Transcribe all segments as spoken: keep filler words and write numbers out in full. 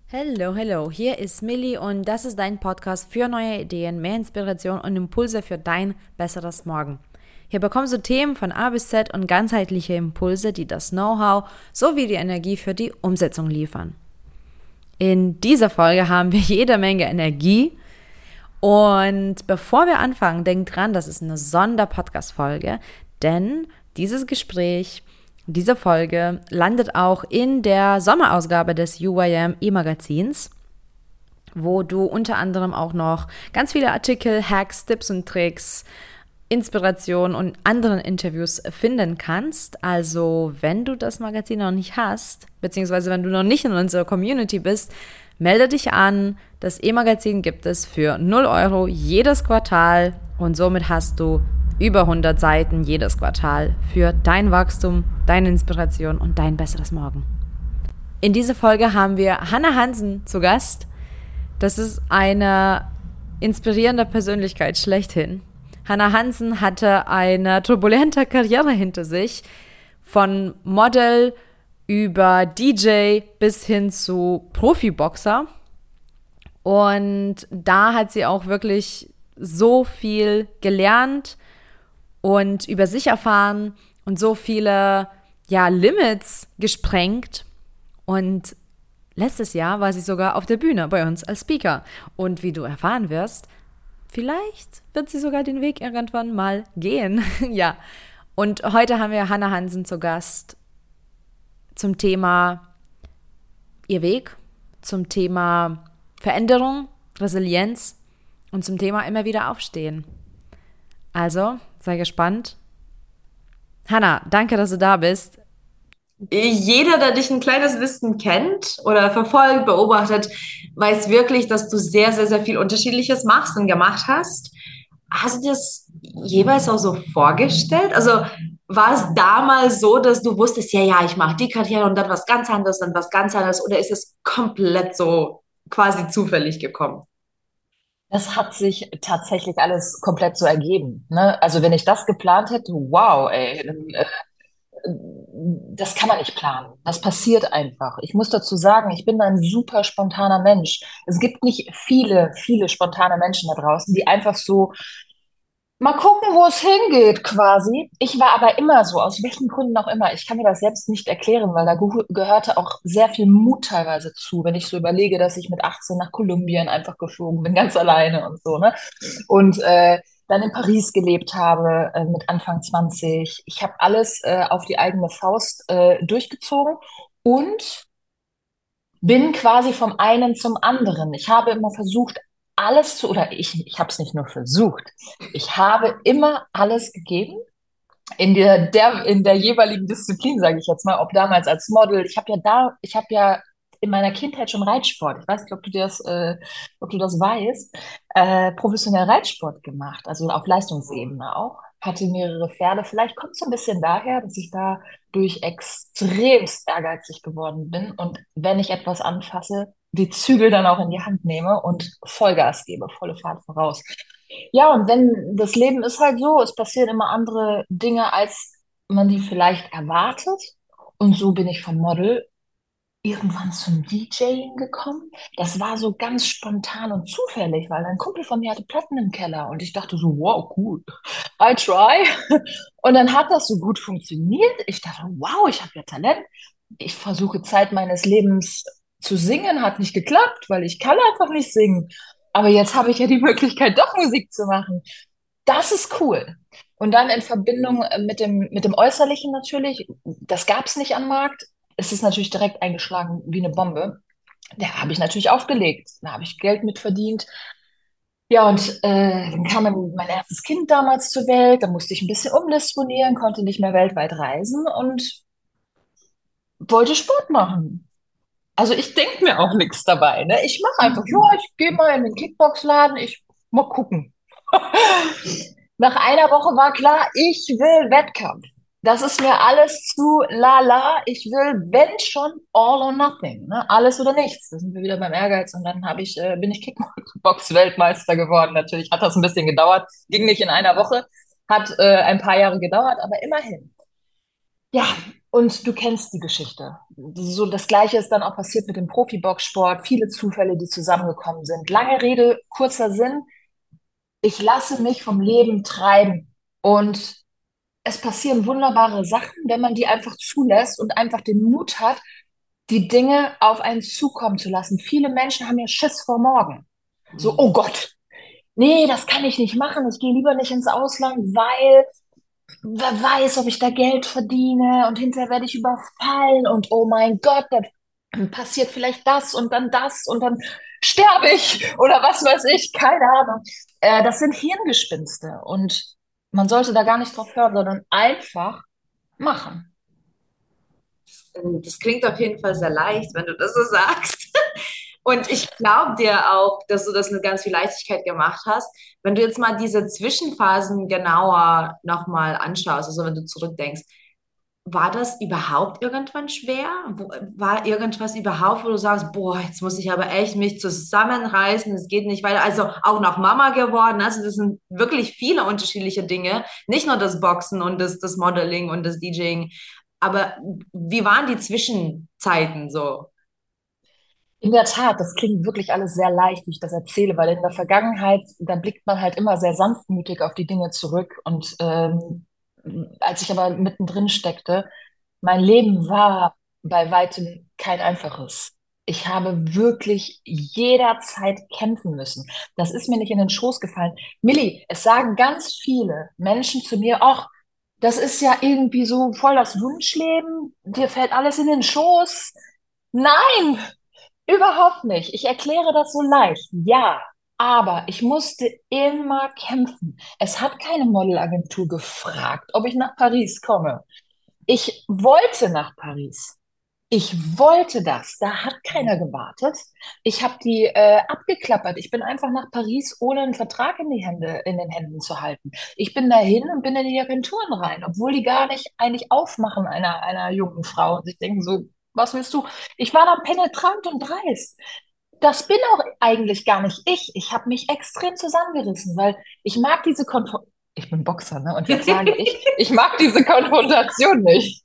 Hello, hello, hier ist Millie und das ist dein Podcast für neue Ideen, mehr Inspiration und Impulse für dein besseres Morgen. Hier bekommst du Themen von A bis Z und ganzheitliche Impulse, die das Know-how sowie die Energie für die Umsetzung liefern. In dieser Folge haben wir jede Menge Energie und bevor wir anfangen, denk dran, das ist eine Sonder-Podcast-Folge, denn dieses Gespräch diese Folge landet auch in der Sommerausgabe des U I M E-Magazins, wo du unter anderem auch noch ganz viele Artikel, Hacks, Tipps und Tricks, Inspiration und anderen Interviews finden kannst. Also wenn du das Magazin noch nicht hast, beziehungsweise wenn du noch nicht in unserer Community bist, melde dich an. Das E-Magazin gibt es für null Euro jedes Quartal und somit hast du über hundert Seiten jedes Quartal für dein Wachstum, deine Inspiration und dein besseres Morgen. In dieser Folge haben wir Hannah Hansen zu Gast. Das ist eine inspirierende Persönlichkeit schlechthin. Hannah Hansen hatte eine turbulente Karriere hinter sich, von Model über D J bis hin zu Profiboxer. Und da hat sie auch wirklich so viel gelernt und über sich erfahren und so viele ja, Limits gesprengt. Und letztes Jahr war sie sogar auf der Bühne bei uns als Speaker. Und wie du erfahren wirst, vielleicht wird sie sogar den Weg irgendwann mal gehen. Ja. Und heute haben wir Hannah Hansen zu Gast zum Thema ihr Weg, zum Thema Veränderung, Resilienz und zum Thema immer wieder aufstehen. Also, sei gespannt. Hannah, danke, dass du da bist. Jeder, der dich ein kleines bisschen kennt oder verfolgt, beobachtet, weiß wirklich, dass du sehr, sehr, sehr viel Unterschiedliches machst und gemacht hast. Hast du dir das jeweils auch so vorgestellt? Also war es damals so, dass du wusstest, ja, ja, ich mache die Karriere und dann was ganz anderes, dann was ganz anderes, oder ist es komplett so quasi zufällig gekommen? Das hat sich tatsächlich alles komplett so ergeben. Ne? Also wenn ich das geplant hätte, wow, ey, dann, äh, das kann man nicht planen. Das passiert einfach. Ich muss dazu sagen, ich bin ein super spontaner Mensch. Es gibt nicht viele, viele spontane Menschen da draußen, die einfach so mal gucken, wo es hingeht, quasi. Ich war aber immer so, aus welchen Gründen auch immer. Ich kann mir das selbst nicht erklären, weil da ge gehörte auch sehr viel Mut teilweise zu, wenn ich so überlege, dass ich mit achtzehn nach Kolumbien einfach geflogen bin, ganz alleine und so, ne? Und äh, dann in Paris gelebt habe, äh, mit Anfang zwanzig. Ich habe alles äh, auf die eigene Faust äh, durchgezogen und bin quasi vom einen zum anderen. Ich habe immer versucht, alles zu, oder ich, ich habe es nicht nur versucht, ich habe immer alles gegeben in der, der, in der jeweiligen Disziplin, sage ich jetzt mal, ob damals als Model. Ich habe ja da, ich habe ja in meiner Kindheit schon Reitsport, ich weiß nicht, ob du das, äh, ob du das weißt, äh, professionell Reitsport gemacht, also auf Leistungsebene auch. Hatte mehrere Pferde. Vielleicht kommt es so ein bisschen daher, dass ich da durch extremst ehrgeizig geworden bin und wenn ich etwas anfasse, die Zügel dann auch in die Hand nehme und Vollgas gebe, volle Fahrt voraus. Ja, und wenn das Leben ist halt so, es passieren immer andere Dinge, als man die vielleicht erwartet. Und so bin ich vom Model irgendwann zum DJing gekommen. Das war so ganz spontan und zufällig, weil ein Kumpel von mir hatte Platten im Keller und ich dachte so, wow, cool, I try. Und dann hat das so gut funktioniert. Ich dachte, wow, ich habe ja Talent. Ich versuche Zeit meines Lebens zu singen, hat nicht geklappt, weil ich kann einfach nicht singen. Aber jetzt habe ich ja die Möglichkeit, doch Musik zu machen. Das ist cool. Und dann in Verbindung äh, mit dem, mit dem Äußerlichen natürlich, das gab es nicht am Markt. Es ist natürlich direkt eingeschlagen wie eine Bombe. Da habe ich natürlich aufgelegt. Da habe ich Geld mit verdient. Ja, und äh, dann kam mein, mein erstes Kind damals zur Welt. Da musste ich ein bisschen umdisponieren, konnte nicht mehr weltweit reisen und wollte Sport machen. Also ich denke mir auch nichts dabei. Ne? Ich mache einfach, ja, ich gehe mal in den Kickboxladen, ich mal gucken. Nach einer Woche war klar, ich will Wettkampf. Das ist mir alles zu lala. Ich will, wenn schon, all or nothing. Ne? Alles oder nichts. Da sind wir wieder beim Ehrgeiz. Und dann habe ich, äh, bin ich Kickbox-Weltmeister geworden. Natürlich hat das ein bisschen gedauert. Ging nicht in einer Woche. Hat äh, ein paar Jahre gedauert, aber immerhin. Ja, und du kennst die Geschichte. So, das Gleiche ist dann auch passiert mit dem Profiboxsport. Viele Zufälle, die zusammengekommen sind. Lange Rede, kurzer Sinn. Ich lasse mich vom Leben treiben. Und es passieren wunderbare Sachen, wenn man die einfach zulässt und einfach den Mut hat, die Dinge auf einen zukommen zu lassen. Viele Menschen haben ja Schiss vor morgen. So, oh Gott, nee, das kann ich nicht machen. Ich gehe lieber nicht ins Ausland, weil wer weiß, ob ich da Geld verdiene und hinterher werde ich überfallen und oh mein Gott, dann passiert vielleicht das und dann das und dann sterbe ich oder was weiß ich, keine Ahnung. Äh, das sind Hirngespinste und man sollte da gar nicht drauf hören, sondern einfach machen. Das klingt auf jeden Fall sehr leicht, wenn du das so sagst. Und ich glaube dir auch, dass du das mit ganz viel Leichtigkeit gemacht hast. Wenn du jetzt mal diese Zwischenphasen genauer nochmal anschaust, also wenn du zurückdenkst, war das überhaupt irgendwann schwer? Wo, war irgendwas überhaupt, wo du sagst, boah, jetzt muss ich aber echt mich zusammenreißen, es geht nicht weiter. Also auch noch Mama geworden. Also das sind wirklich viele unterschiedliche Dinge. Nicht nur das Boxen und das, das Modeling und das DJing. Aber wie waren die Zwischenzeiten so? In der Tat, das klingt wirklich alles sehr leicht, wie ich das erzähle, weil in der Vergangenheit, da blickt man halt immer sehr sanftmütig auf die Dinge zurück. Und ähm, als ich aber mittendrin steckte, mein Leben war bei weitem kein einfaches. Ich habe wirklich jederzeit kämpfen müssen. Das ist mir nicht in den Schoß gefallen. Milli, es sagen ganz viele Menschen zu mir, ach, das ist ja irgendwie so voll das Wunschleben, dir fällt alles in den Schoß. Nein, überhaupt nicht. Ich erkläre das so leicht. Ja, aber ich musste immer kämpfen. Es hat keine Modelagentur gefragt, ob ich nach Paris komme. Ich wollte nach Paris. Ich wollte das. Da hat keiner gewartet. Ich habe die äh, abgeklappert. Ich bin einfach nach Paris, ohne einen Vertrag in die Hände, in den Händen zu halten. Ich bin dahin und bin in die Agenturen rein, obwohl die gar nicht eigentlich aufmachen einer, einer jungen Frau. Und ich denke so, was willst du? Ich war da penetrant und dreist. Das bin auch eigentlich gar nicht ich. Ich habe mich extrem zusammengerissen, weil ich mag diese Konfro Ich bin Boxer, ne? Und jetzt sage ich, ich mag diese Konfrontation nicht.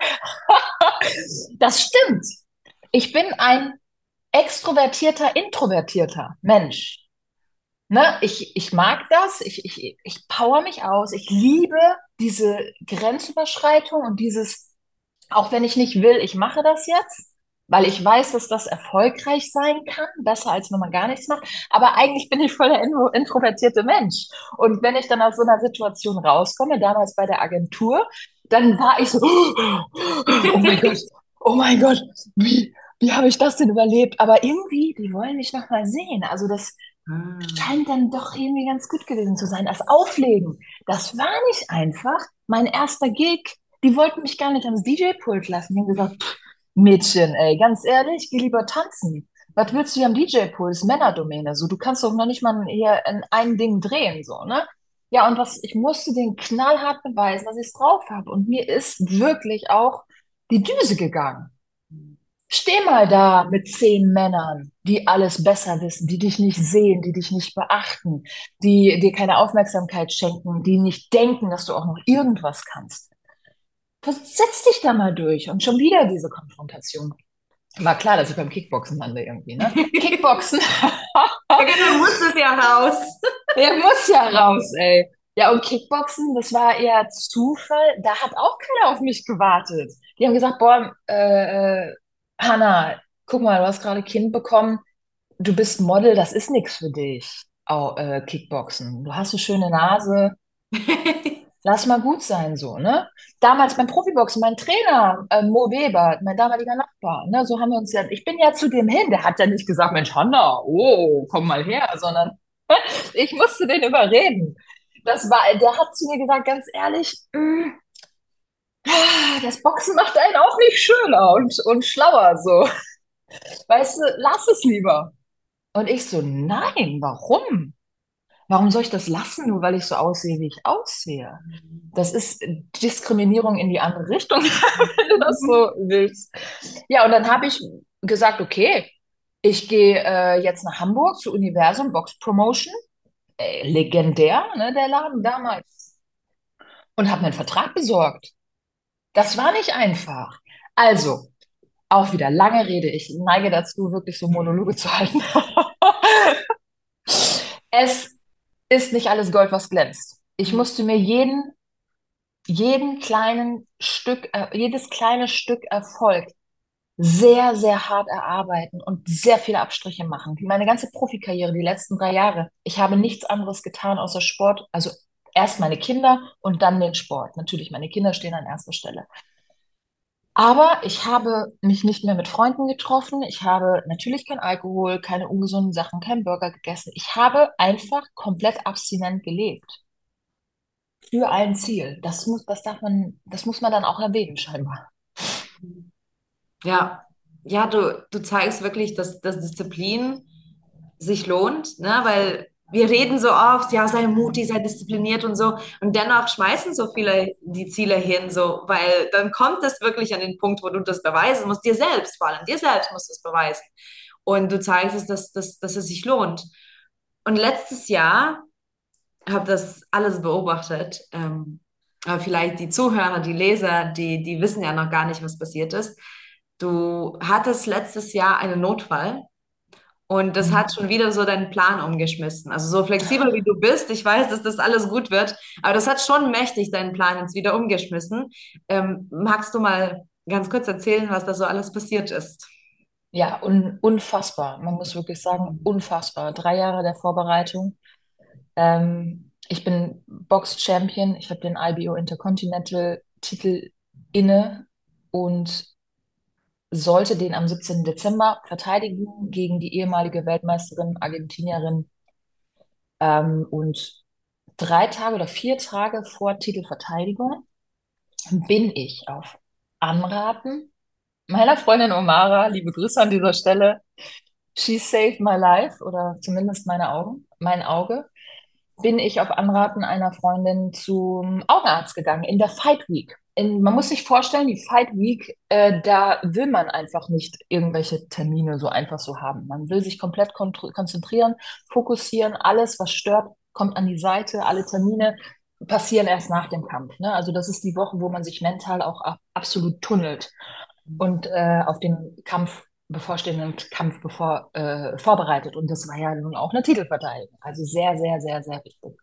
Das stimmt. Ich bin ein extrovertierter, introvertierter Mensch. Ne? Ich, ich mag das, ich, ich, ich power mich aus, ich liebe diese Grenzüberschreitung und dieses, auch wenn ich nicht will, ich mache das jetzt, weil ich weiß, dass das erfolgreich sein kann, besser als wenn man gar nichts macht. Aber eigentlich bin ich voll der intro- introvertierte Mensch. Und wenn ich dann aus so einer Situation rauskomme, damals bei der Agentur, dann war ich so, oh mein Gott, oh mein Gott, wie, wie habe ich das denn überlebt? Aber irgendwie, die wollen mich noch mal sehen. Also das Ah. scheint dann doch irgendwie ganz gut gewesen zu sein. Das Auflegen, das war nicht einfach. Mein erster Gig, die wollten mich gar nicht ans D J-Pult lassen. Die haben gesagt, pff, Mädchen, ey, ganz ehrlich, geh lieber tanzen. Was willst du hier am D J-Pult? Das ist Männerdomäne. So, du kannst doch noch nicht mal hier in ein Ding drehen, so, ne? Ja, und was, ich musste den knallhart beweisen, dass ich es drauf habe. Und mir ist wirklich auch die Düse gegangen. Steh mal da mit zehn Männern, die alles besser wissen, die dich nicht sehen, die dich nicht beachten, die dir keine Aufmerksamkeit schenken, die nicht denken, dass du auch noch irgendwas kannst. Setz dich da mal durch und schon wieder diese Konfrontation. War klar, dass ich beim Kickboxen lande irgendwie, ne? Kickboxen, Ja, genau, du musstest ja raus. der muss ja raus, ey. Ja, und Kickboxen, das war eher Zufall. Da hat auch keiner auf mich gewartet. Die haben gesagt, boah, äh, äh, Hanna, guck mal, du hast gerade Kind bekommen. Du bist Model, das ist nichts für dich. Au, äh, Kickboxen. Du hast eine schöne Nase. Lass mal gut sein, so, ne? Damals beim Profiboxen, mein Trainer, äh, Mo Weber, mein damaliger Nachbar, ne? So haben wir uns ja, ich bin ja zu dem hin, der hat ja nicht gesagt, Mensch, Hanna, oh, komm mal her, sondern ich musste den überreden. Das war, der hat zu mir gesagt, ganz ehrlich, mm, das Boxen macht einen auch nicht schöner und, und schlauer, so. Weißt du, lass es lieber. Und ich so, nein, warum? Warum soll ich das lassen, nur weil ich so aussehe, wie ich aussehe? Das ist Diskriminierung in die andere Richtung, wenn du das so willst. Ja, und dann habe ich gesagt, okay, ich gehe äh, jetzt nach Hamburg zu Universum Box Promotion. Äh, legendär, ne, der Laden damals. Und habe mir einen Vertrag besorgt. Das war nicht einfach. Also, auch wieder lange Rede. Ich neige dazu, wirklich so Monologe zu halten. Es ist nicht alles Gold, was glänzt. Ich Mhm. musste mir jeden, jeden kleinen Stück, äh, jedes kleine Stück Erfolg sehr, sehr hart erarbeiten und sehr viele Abstriche machen. Meine ganze Profikarriere, die letzten drei Jahre, ich habe nichts anderes getan außer Sport. Also erst meine Kinder und dann den Sport. Natürlich, meine Kinder stehen an erster Stelle. Aber ich habe mich nicht mehr mit Freunden getroffen. Ich habe natürlich kein Alkohol, keine ungesunden Sachen, keinen Burger gegessen. Ich habe einfach komplett abstinent gelebt. Für ein Ziel. Das muss, das darf man, das muss man dann auch erwähnen, scheinbar. Ja, ja, du, du zeigst wirklich, dass, dass Disziplin sich lohnt, ne? Weil wir reden so oft, ja, sei mutig, sei diszipliniert und so. Und dennoch schmeißen so viele die Ziele hin, so, weil dann kommt es wirklich an den Punkt, wo du das beweisen musst, dir selbst vor allem, dir selbst musst du es beweisen. Und du zeigst es, dass, dass, dass es sich lohnt. Und letztes Jahr habe das alles beobachtet. Ähm, aber vielleicht die Zuhörer, die Leser, die, die wissen ja noch gar nicht, was passiert ist. Du hattest letztes Jahr einen Notfall und das hat Mhm. schon wieder so deinen Plan umgeschmissen. Also so flexibel wie du bist, ich weiß, dass das alles gut wird, aber das hat schon mächtig deinen Plan jetzt wieder umgeschmissen. Ähm, magst du mal ganz kurz erzählen, was da so alles passiert ist? Ja, un unfassbar. Man muss wirklich sagen, unfassbar. Drei Jahre der Vorbereitung. Ähm, ich bin Box-Champion. Ich habe den I B O Intercontinental-Titel inne und sollte den am siebzehnten Dezember verteidigen gegen die ehemalige Weltmeisterin, Argentinierin. Ähm, und drei Tage oder vier Tage vor Titelverteidigung bin ich auf Anraten meiner Freundin Omara, liebe Grüße an dieser Stelle, she saved my life oder zumindest meine Augen, mein Auge, bin ich auf Anraten einer Freundin zum Augenarzt gegangen in der Fight Week. In, man muss sich vorstellen, die Fight Week, äh, da will man einfach nicht irgendwelche Termine so einfach so haben. Man will sich komplett kon konzentrieren, fokussieren, alles, was stört, kommt an die Seite, alle Termine passieren erst nach dem Kampf. Ne? Also das ist die Woche, wo man sich mental auch ab absolut tunnelt und äh, auf den Kampf bevorstehenden Kampf bevor, äh, vorbereitet. Und das war ja nun auch eine Titelverteidigung. Also sehr, sehr, sehr, sehr wichtig.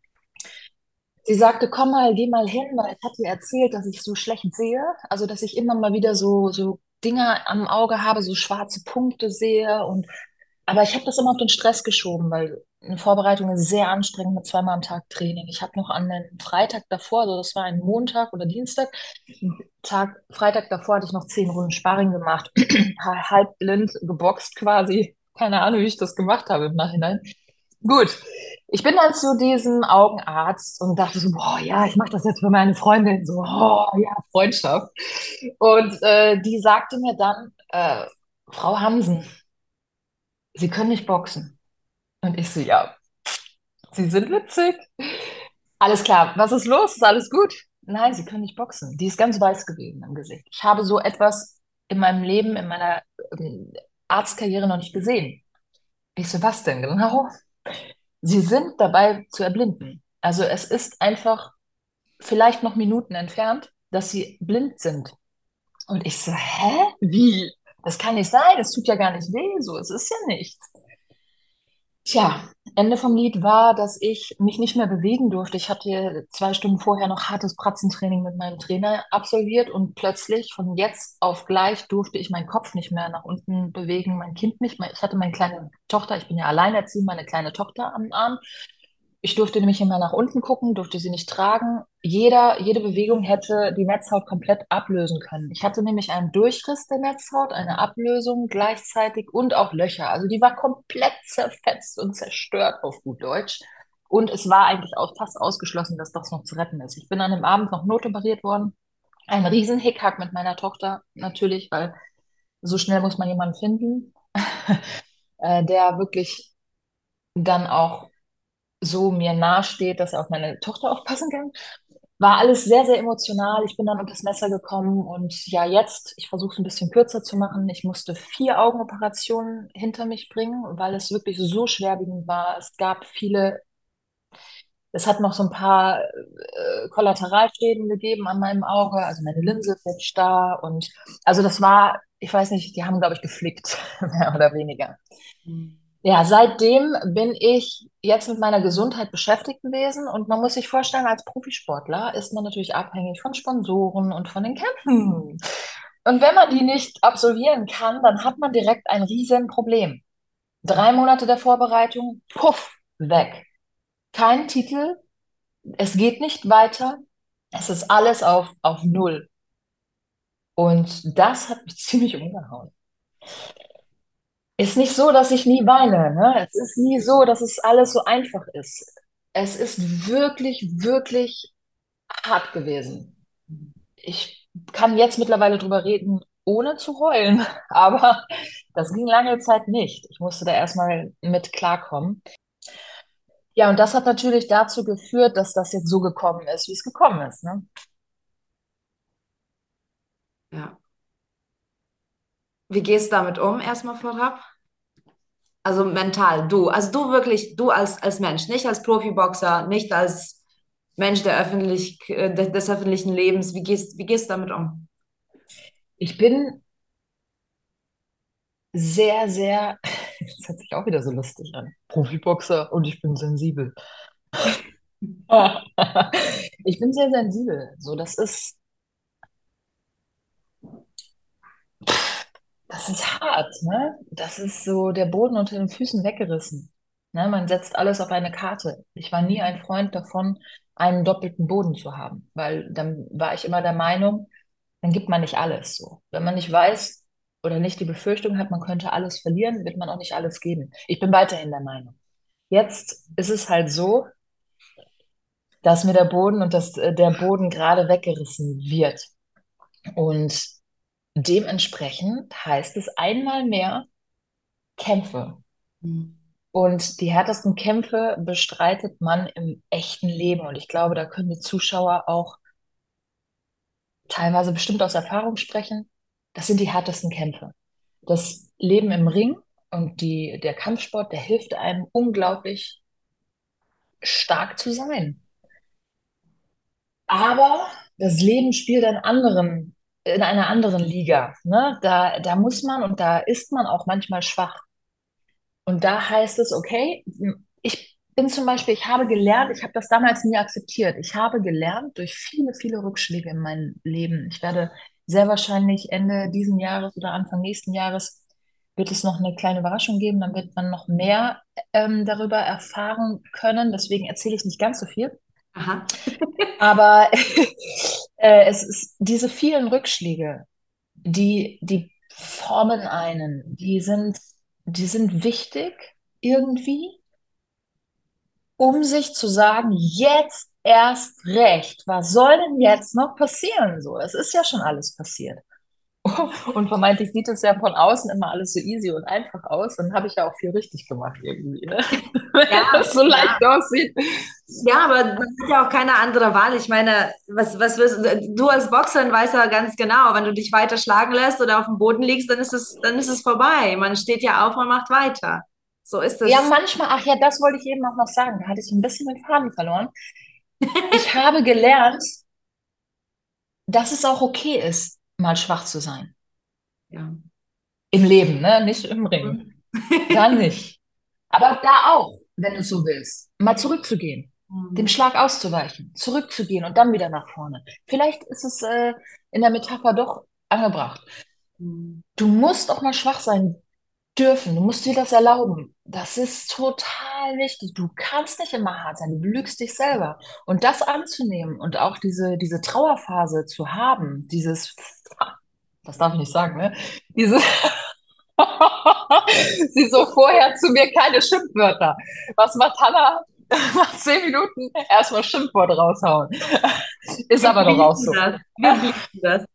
Sie sagte, komm mal, geh mal hin, weil ich hatte ihr erzählt, dass ich so schlecht sehe. Also, dass ich immer mal wieder so, so Dinger am Auge habe, so schwarze Punkte sehe. Und, aber ich habe das immer auf den Stress geschoben, weil eine Vorbereitung ist sehr anstrengend mit zweimal am Tag Training. Ich habe noch an den Freitag davor, also das war ein Montag oder Dienstag, Tag, Freitag davor hatte ich noch zehn Runden Sparring gemacht, halb blind geboxt quasi. Keine Ahnung, wie ich das gemacht habe im Nachhinein. Gut, ich bin dann zu diesem Augenarzt und dachte so, boah, ja, ich mache das jetzt für meine Freundin. So, oh, ja, Freundschaft. Und äh, die sagte mir dann, äh, Frau Hansen, Sie können nicht boxen. Und ich so, ja, Sie sind witzig. Alles klar, was ist los? Ist alles gut? Nein, Sie können nicht boxen. Die ist ganz weiß gewesen im Gesicht. Ich habe so etwas in meinem Leben, in meiner ähm, Arztkarriere noch nicht gesehen. Ich so, was denn genau? Sie sind dabei zu erblinden. Also es ist einfach vielleicht noch Minuten entfernt, dass sie blind sind. Und ich so, hä? Wie? Das kann nicht sein, das tut ja gar nicht weh, so, es ist ja nichts. Tja, Ende vom Lied war, dass ich mich nicht mehr bewegen durfte. Ich hatte zwei Stunden vorher noch hartes Pratzentraining mit meinem Trainer absolviert und plötzlich von jetzt auf gleich durfte ich meinen Kopf nicht mehr nach unten bewegen, mein Kind nicht mehr. Ich hatte meine kleine Tochter, ich bin ja alleinerziehend, meine kleine Tochter am Arm. Ich durfte nämlich immer nach unten gucken, durfte sie nicht tragen. Jeder, jede Bewegung hätte die Netzhaut komplett ablösen können. Ich hatte nämlich einen Durchriss der Netzhaut, eine Ablösung gleichzeitig und auch Löcher. Also die war komplett zerfetzt und zerstört auf gut Deutsch. Und es war eigentlich auch fast ausgeschlossen, dass das noch zu retten ist. Ich bin an dem Abend noch notoperiert worden. Ein riesen Hickhack mit meiner Tochter natürlich, weil so schnell muss man jemanden finden, äh, der wirklich dann auch so mir nahesteht, dass er auf meine Tochter aufpassen kann. War alles sehr, sehr emotional. Ich bin dann unter das Messer gekommen und ja, jetzt, ich versuche es ein bisschen kürzer zu machen. Ich musste vier Augenoperationen hinter mich bringen, weil es wirklich so schwerwiegend war. Es gab viele Es hat noch so ein paar äh, Kollateralschäden gegeben an meinem Auge. Also meine Linse ist jetzt starr und also das war, ich weiß nicht, die haben, glaube ich, geflickt, mehr oder weniger. Mhm. Ja, seitdem bin ich jetzt mit meiner Gesundheit beschäftigt gewesen und man muss sich vorstellen, als Profisportler ist man natürlich abhängig von Sponsoren und von den Kämpfen. Und wenn man die nicht absolvieren kann, dann hat man direkt ein Riesenproblem. Drei Monate der Vorbereitung, puff, weg. Kein Titel, es geht nicht weiter, es ist alles auf, auf Null. Und das hat mich ziemlich umgehauen. Ist nicht so, dass ich nie weine, ne? Es ist nie so, dass es alles so einfach ist. Es ist wirklich, wirklich hart gewesen. Ich kann jetzt mittlerweile drüber reden, ohne zu heulen, aber das ging lange Zeit nicht. Ich musste da erstmal mit klarkommen. Ja, und das hat natürlich dazu geführt, dass das jetzt so gekommen ist, wie es gekommen ist, ne? Ja. Wie gehst du damit um, erstmal vorab? Also mental, du. Also du wirklich, du als, als Mensch, nicht als Profiboxer, nicht als Mensch der öffentlich, äh, de- des öffentlichen Lebens. Wie gehst, wie gehst du damit um? Ich bin sehr, sehr, das hört sich auch wieder so lustig an, Profiboxer und ich bin sensibel. Ich bin sehr sensibel. So, das ist, das ist hart, ne? Das ist so der Boden unter den Füßen weggerissen. Ne? Man setzt alles auf eine Karte. Ich war nie ein Freund davon, einen doppelten Boden zu haben, weil dann war ich immer der Meinung, dann gibt man nicht alles so. Wenn man nicht weiß oder nicht die Befürchtung hat, man könnte alles verlieren, wird man auch nicht alles geben. Ich bin weiterhin der Meinung. Jetzt ist es halt so, dass mir der Boden und dass äh, der Boden gerade weggerissen wird. Und dementsprechend heißt es einmal mehr Kämpfe. Mhm. Und die härtesten Kämpfe bestreitet man im echten Leben. Und ich glaube, da können die Zuschauer auch teilweise bestimmt aus Erfahrung sprechen. Das sind die härtesten Kämpfe. Das Leben im Ring und die, der Kampfsport, der hilft einem unglaublich stark zu sein. Aber das Leben spielt in anderen, in einer anderen Liga. Ne? Da, da muss man und da ist man auch manchmal schwach. Und da heißt es, okay, ich bin zum Beispiel, ich habe gelernt, ich habe das damals nie akzeptiert. Ich habe gelernt durch viele, viele Rückschläge in meinem Leben. Ich werde sehr wahrscheinlich Ende diesen Jahres oder Anfang nächsten Jahres wird es noch eine kleine Überraschung geben. Dann wird man noch mehr ähm, darüber erfahren können. Deswegen erzähle ich nicht ganz so viel. Aha. Aber äh, es ist diese vielen Rückschläge, die, die formen einen, die sind, die sind wichtig irgendwie, um sich zu sagen, jetzt erst recht, was soll denn jetzt noch passieren? So, es ist ja schon alles passiert. Und vermeintlich sieht es ja von außen immer alles so easy und einfach aus. Dann habe ich ja auch viel richtig gemacht irgendwie, ne? Wenn Ja, das so ja. leicht aussieht. Ja, aber man hat ja auch keine andere Wahl. Ich meine, was, was wirst, du als Boxerin weißt ja ganz genau, wenn du dich weiter schlagen lässt oder auf dem Boden liegst, dann ist es, dann ist es vorbei. Man steht ja auf, man macht weiter. So ist Ja, es. manchmal, ach ja, das wollte ich eben auch noch sagen. Da hatte ich ein bisschen den Faden verloren. Ich habe gelernt, dass es auch okay ist, mal schwach zu sein. Ja. Im Leben, ne? Nicht im Ring. Mhm. Da nicht. Aber da auch, wenn du so willst, mal zurückzugehen, dem Mhm. Schlag auszuweichen, zurückzugehen und dann wieder nach vorne. Vielleicht ist es äh, in der Metapher doch angebracht. Mhm. Du musst auch mal schwach sein dürfen. Du musst dir das erlauben. Das ist total wichtig. Du kannst nicht immer hart sein. Du belügst dich selber. Und das anzunehmen und auch diese, diese Trauerphase zu haben, dieses, das darf ich nicht sagen, ne? Diese, sie so vorher zu mir keine Schimpfwörter. Was macht Hannah? Nach zehn Minuten erstmal Schimpfwort raushauen. Ist Wir aber noch raus bließen so. das. Wir bließen das.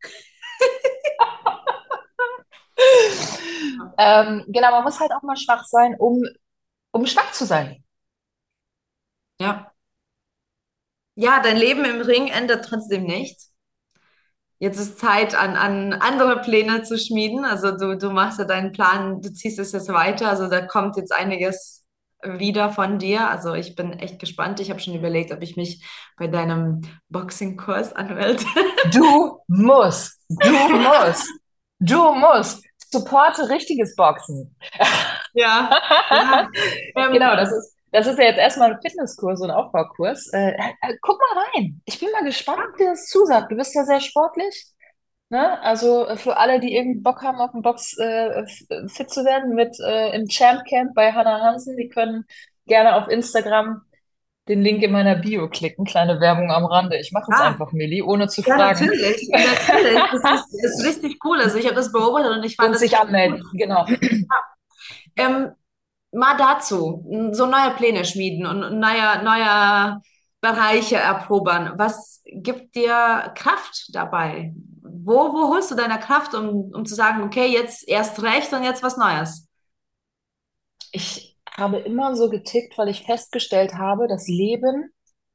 Ähm, genau, man muss halt auch mal schwach sein, um, um stark zu sein. Ja. Ja, dein Leben im Ring ändert trotzdem nichts. Jetzt ist Zeit, an, an andere Pläne zu schmieden. Also du, du machst ja deinen Plan, du ziehst es jetzt weiter. Also da kommt jetzt einiges, wieder von dir. Also ich bin echt gespannt. Ich habe schon überlegt, ob ich mich bei deinem Boxing-Kurs anmelde. Du musst, du musst, du musst. Supporte richtiges Boxen. Ja, ja. Genau, Ähm, das ist, das ist ja jetzt erstmal ein Fitnesskurs und Aufbaukurs. Äh, äh, guck mal rein. Ich bin mal gespannt, ob dir das zusagt. Du bist ja sehr sportlich. Ne? Also äh, für alle, die irgendwie Bock haben, auf dem Box äh, f- fit zu werden, mit äh, im Champ Camp bei Hannah Hansen, die können gerne auf Instagram den Link in meiner Bio klicken. Kleine Werbung am Rande. Ich mache es ja, einfach, Milli, ohne zu ja, fragen. natürlich. Natürlich. Das ist, ist richtig cool. Also ich habe das beobachtet und ich fand Und das sich richtig gut. anmelden. Genau. Ähm, mal dazu, so neue Pläne schmieden und neue, neue Bereiche erprobern. Was gibt dir Kraft dabei? Wo, wo holst du deine Kraft, um, um zu sagen, okay, jetzt erst recht und jetzt was Neues? Ich habe immer so getickt, weil ich festgestellt habe, das Leben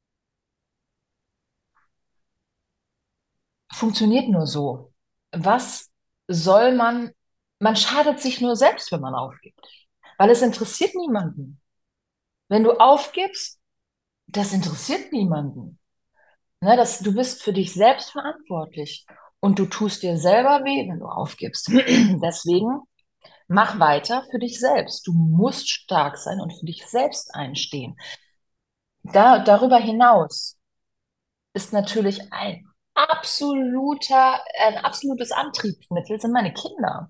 funktioniert nur so. Was soll man, man schadet sich nur selbst, wenn man aufgibt, weil es interessiert niemanden. Wenn du aufgibst, das interessiert niemanden. Ne, das, du bist für dich selbst verantwortlich und du tust dir selber weh, wenn du aufgibst. Deswegen mach weiter für dich selbst. Du musst stark sein und für dich selbst einstehen. Da, darüber hinaus ist natürlich ein absoluter, ein absolutes Antriebsmittel sind meine Kinder.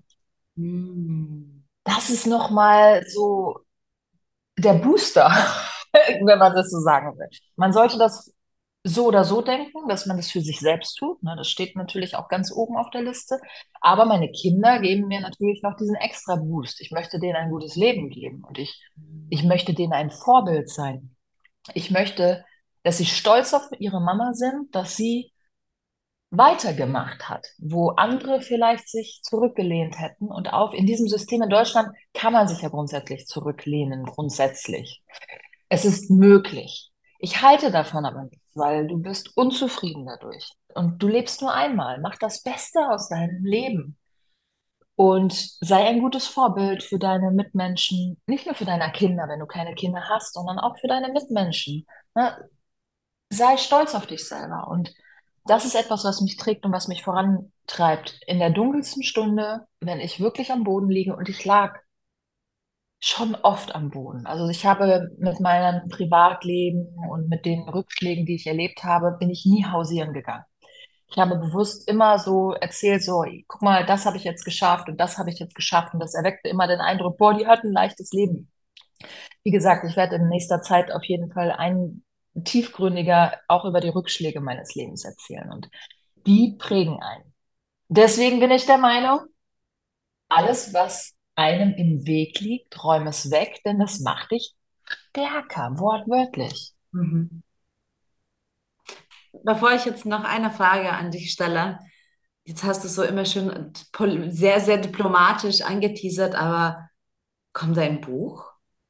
Hm. Das ist nochmal so der Booster, wenn man das so sagen will. Man sollte das so oder so denken, dass man das für sich selbst tut. Ne? Das steht natürlich auch ganz oben auf der Liste. Aber meine Kinder geben mir natürlich noch diesen extra Boost. Ich möchte denen ein gutes Leben geben und ich, ich möchte denen ein Vorbild sein. Ich möchte, dass sie stolz auf ihre Mama sind, dass sie weitergemacht hat, wo andere vielleicht sich zurückgelehnt hätten. Und auch in diesem System in Deutschland kann man sich ja grundsätzlich zurücklehnen, grundsätzlich. Es ist möglich. Ich halte davon aber nichts, weil du bist unzufrieden dadurch. Und du lebst nur einmal. Mach das Beste aus deinem Leben. Und sei ein gutes Vorbild für deine Mitmenschen, nicht nur für deine Kinder, wenn du keine Kinder hast, sondern auch für deine Mitmenschen. Ne? Sei stolz auf dich selber. Und das ist etwas, was mich trägt und was mich vorantreibt. In der dunkelsten Stunde, wenn ich wirklich am Boden liege, und ich lag schon oft am Boden. Also ich habe mit meinem Privatleben und mit den Rückschlägen, die ich erlebt habe, bin ich nie hausieren gegangen. Ich habe bewusst immer so erzählt, so, guck mal, das habe ich jetzt geschafft und das habe ich jetzt geschafft. Und das erweckte immer den Eindruck, boah, die hat ein leichtes Leben. Wie gesagt, ich werde in nächster Zeit auf jeden Fall ein tiefgründiger auch über die Rückschläge meines Lebens erzählen. Und die prägen einen. Deswegen bin ich der Meinung, alles, was einem im Weg liegt, räum es weg, denn das macht dich stärker, wortwörtlich. Mhm. Bevor ich jetzt noch eine Frage an dich stelle, jetzt hast du es so immer schön pol- sehr, sehr diplomatisch angeteasert, aber kommt da ein Buch?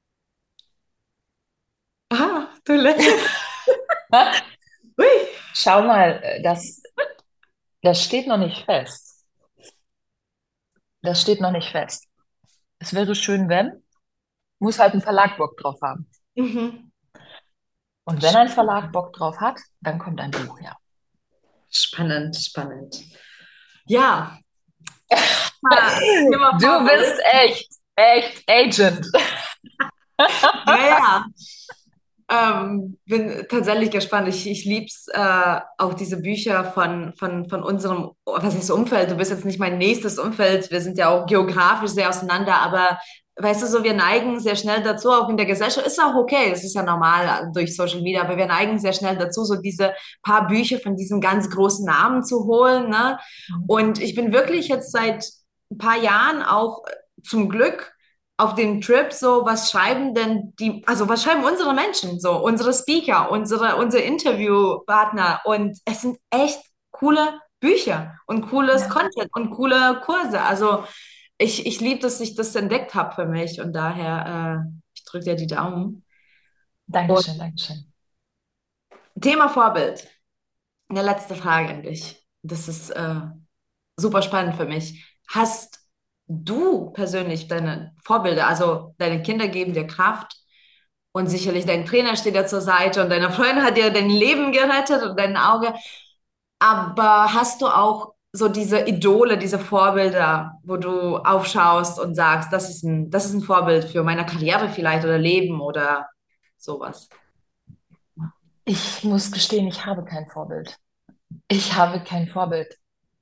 Ah, du lächelst. Ui. Schau mal, äh, das, das steht noch nicht fest. Das steht noch nicht fest. Es wäre schön, wenn, muss halt ein Verlag Bock drauf haben. Mhm. Und wenn ein Verlag Bock drauf hat, dann kommt ein Buch, ja. Spannend, spannend. Ja, ah, Thema Du bist Vorbild. echt, echt Agent. Ja, ja. Ähm, bin tatsächlich gespannt. Ich, ich liebe es, äh, auch diese Bücher von, von, von unserem, was heißt Umfeld? Du bist jetzt nicht mein nächstes Umfeld. Wir sind ja auch geografisch sehr auseinander, aber weißt du so, wir neigen sehr schnell dazu, auch in der Gesellschaft, ist auch okay, es ist ja normal äh, durch Social Media, aber wir neigen sehr schnell dazu, so diese paar Bücher von diesen ganz großen Namen zu holen, ne? Und ich bin wirklich jetzt seit ein paar Jahren auch äh, zum Glück auf dem Trip so, was schreiben denn die, also was schreiben unsere Menschen so, unsere Speaker, unsere, unsere Interviewpartner und es sind echt coole Bücher und cooles Ja. Content und coole Kurse. Also ich, ich liebe, dass ich das entdeckt habe für mich und daher, äh, ich drücke dir die Daumen. Und Dankeschön, Dankeschön. Thema Vorbild. Eine letzte Frage an dich. Das ist äh, super spannend für mich. Hast du persönlich deine Vorbilder, also deine Kinder geben dir Kraft? Und sicherlich dein Trainer steht dir zur Seite und deine Freundin hat dir dein Leben gerettet und dein Auge. Aber hast du auch so diese Idole, diese Vorbilder, wo du aufschaust und sagst, das ist ein, das ist ein Vorbild für meine Karriere vielleicht oder Leben oder sowas? Ich muss gestehen, ich habe kein Vorbild. Ich habe kein Vorbild,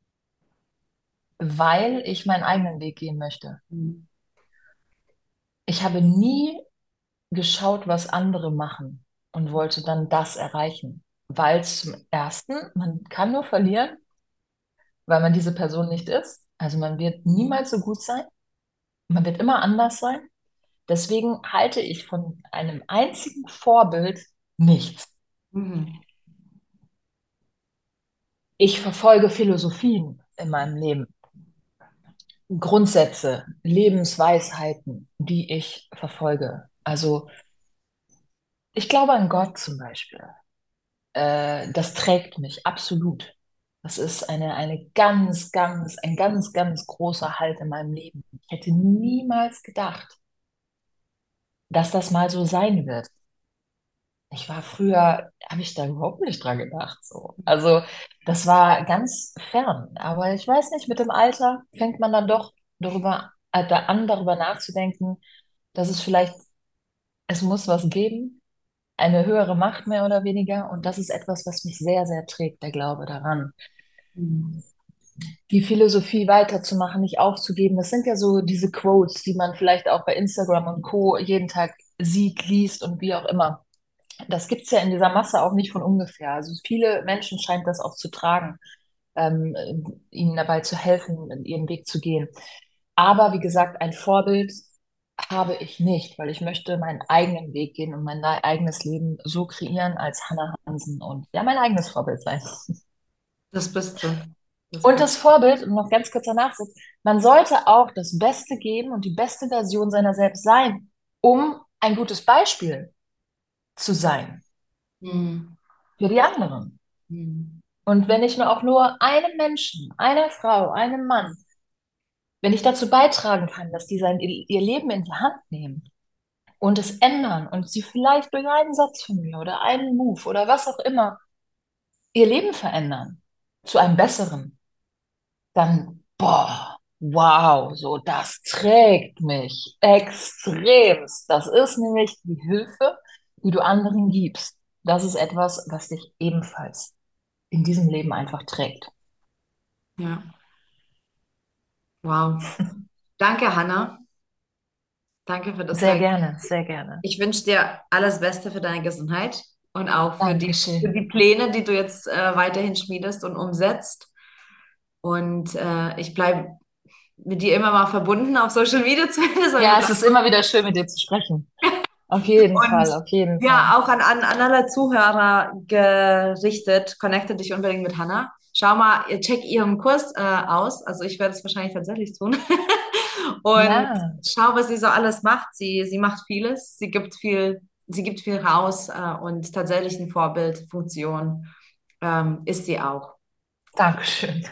weil ich meinen eigenen Weg gehen möchte. Mhm. Ich habe nie geschaut, was andere machen und wollte dann das erreichen. Weil zum Ersten, man kann nur verlieren, weil man diese Person nicht ist. Also man wird niemals so gut sein. Man wird immer anders sein. Deswegen halte ich von einem einzigen Vorbild nichts. Mhm. Ich verfolge Philosophien in meinem Leben, Grundsätze, Lebensweisheiten, die ich verfolge. Also ich glaube an Gott zum Beispiel. Äh, das trägt mich absolut. Das ist eine, eine ganz, ganz, ein ganz, ganz großer Halt in meinem Leben. Ich hätte niemals gedacht, dass das mal so sein wird. Ich war früher, habe ich da überhaupt nicht dran gedacht, so. Also, das war ganz fern. Aber ich weiß nicht, mit dem Alter fängt man dann doch darüber, äh, da an, darüber nachzudenken, dass es vielleicht, es muss was geben, eine höhere Macht mehr oder weniger. Und das ist etwas, was mich sehr, sehr trägt, der Glaube daran. Mhm. Die Philosophie weiterzumachen, nicht aufzugeben. Das sind ja so diese Quotes, die man vielleicht auch bei Instagram und Co. jeden Tag sieht, liest und wie auch immer. Das gibt's ja in dieser Masse auch nicht von ungefähr. Also viele Menschen scheint das auch zu tragen, ähm, ihnen dabei zu helfen, ihren Weg zu gehen. Aber wie gesagt, ein Vorbild habe ich nicht, weil ich möchte meinen eigenen Weg gehen und mein eigenes Leben so kreieren als Hannah Hansen und ja, mein eigenes Vorbild sein. Das bist du. Das Und bist das Vorbild, und noch ganz kurzer Nachsatz, man sollte auch das Beste geben und die beste Version seiner selbst sein, um ein gutes Beispiel zu sein du. Mhm. für die anderen. Mhm. Und wenn ich nur auch nur einem Menschen, einer Frau, einem Mann, wenn ich dazu beitragen kann, dass die sein, ihr Leben in die Hand nehmen und es ändern und sie vielleicht durch einen Satz von mir oder einen Move oder was auch immer ihr Leben verändern zu einem besseren, dann, boah, wow, so, das trägt mich extremst. Das ist nämlich die Hilfe, die du anderen gibst. Das ist etwas, was dich ebenfalls in diesem Leben einfach trägt. Ja, wow. Danke, Hanna. Danke für das Sehr tolle. gerne, sehr gerne. Ich wünsche dir alles Beste für deine Gesundheit und auch für die, für Dankeschön. die Pläne, die du jetzt äh, weiterhin schmiedest und umsetzt. Und äh, ich bleibe mit dir immer mal verbunden auf Social Media zumindest. aber wir Ja, es bleiben- ist immer wieder schön, mit dir zu sprechen. Auf jeden Und Fall, auf jeden Fall. ja, auch an, an, an alle Zuhörer gerichtet, connecte dich unbedingt mit Hannah. Schau mal, ihr check ihren Kurs äh, aus. Also ich werde es wahrscheinlich tatsächlich tun. Und Ja, schau, was sie so alles macht. Sie, sie macht vieles. Sie gibt viel, sie gibt viel raus äh, und tatsächlich eine Vorbildfunktion ähm, ist sie auch. Dankeschön.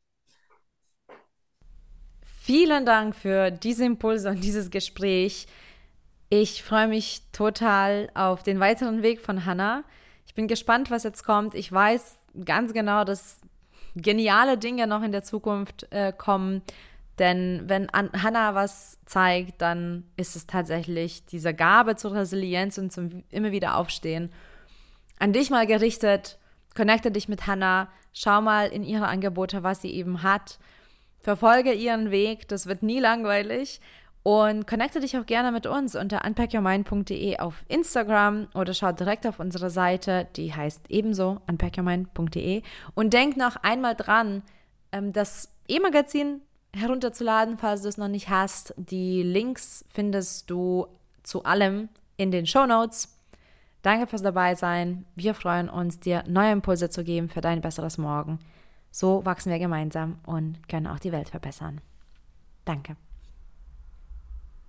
Vielen Dank für diese Impulse und dieses Gespräch. Ich freue mich total auf den weiteren Weg von Hannah. Ich bin gespannt, was jetzt kommt. Ich weiß ganz genau, dass geniale Dinge noch in der Zukunft äh, kommen. Denn wenn An Hannah was zeigt, dann ist es tatsächlich diese Gabe zur Resilienz und zum immer wieder Aufstehen. An dich mal gerichtet, connecte dich mit Hannah, schau mal in ihre Angebote, was sie eben hat. Verfolge ihren Weg, das wird nie langweilig. Und connecte dich auch gerne mit uns unter unpack your mind punkt de auf Instagram oder schau direkt auf unsere Seite, die heißt ebenso unpack your mind punkt de. Und denk noch einmal dran, das E-Magazin herunterzuladen, falls du es noch nicht hast. Die Links findest du zu allem in den Shownotes. Danke fürs Dabeisein. Wir freuen uns, dir neue Impulse zu geben für dein besseres Morgen. So wachsen wir gemeinsam und können auch die Welt verbessern. Danke.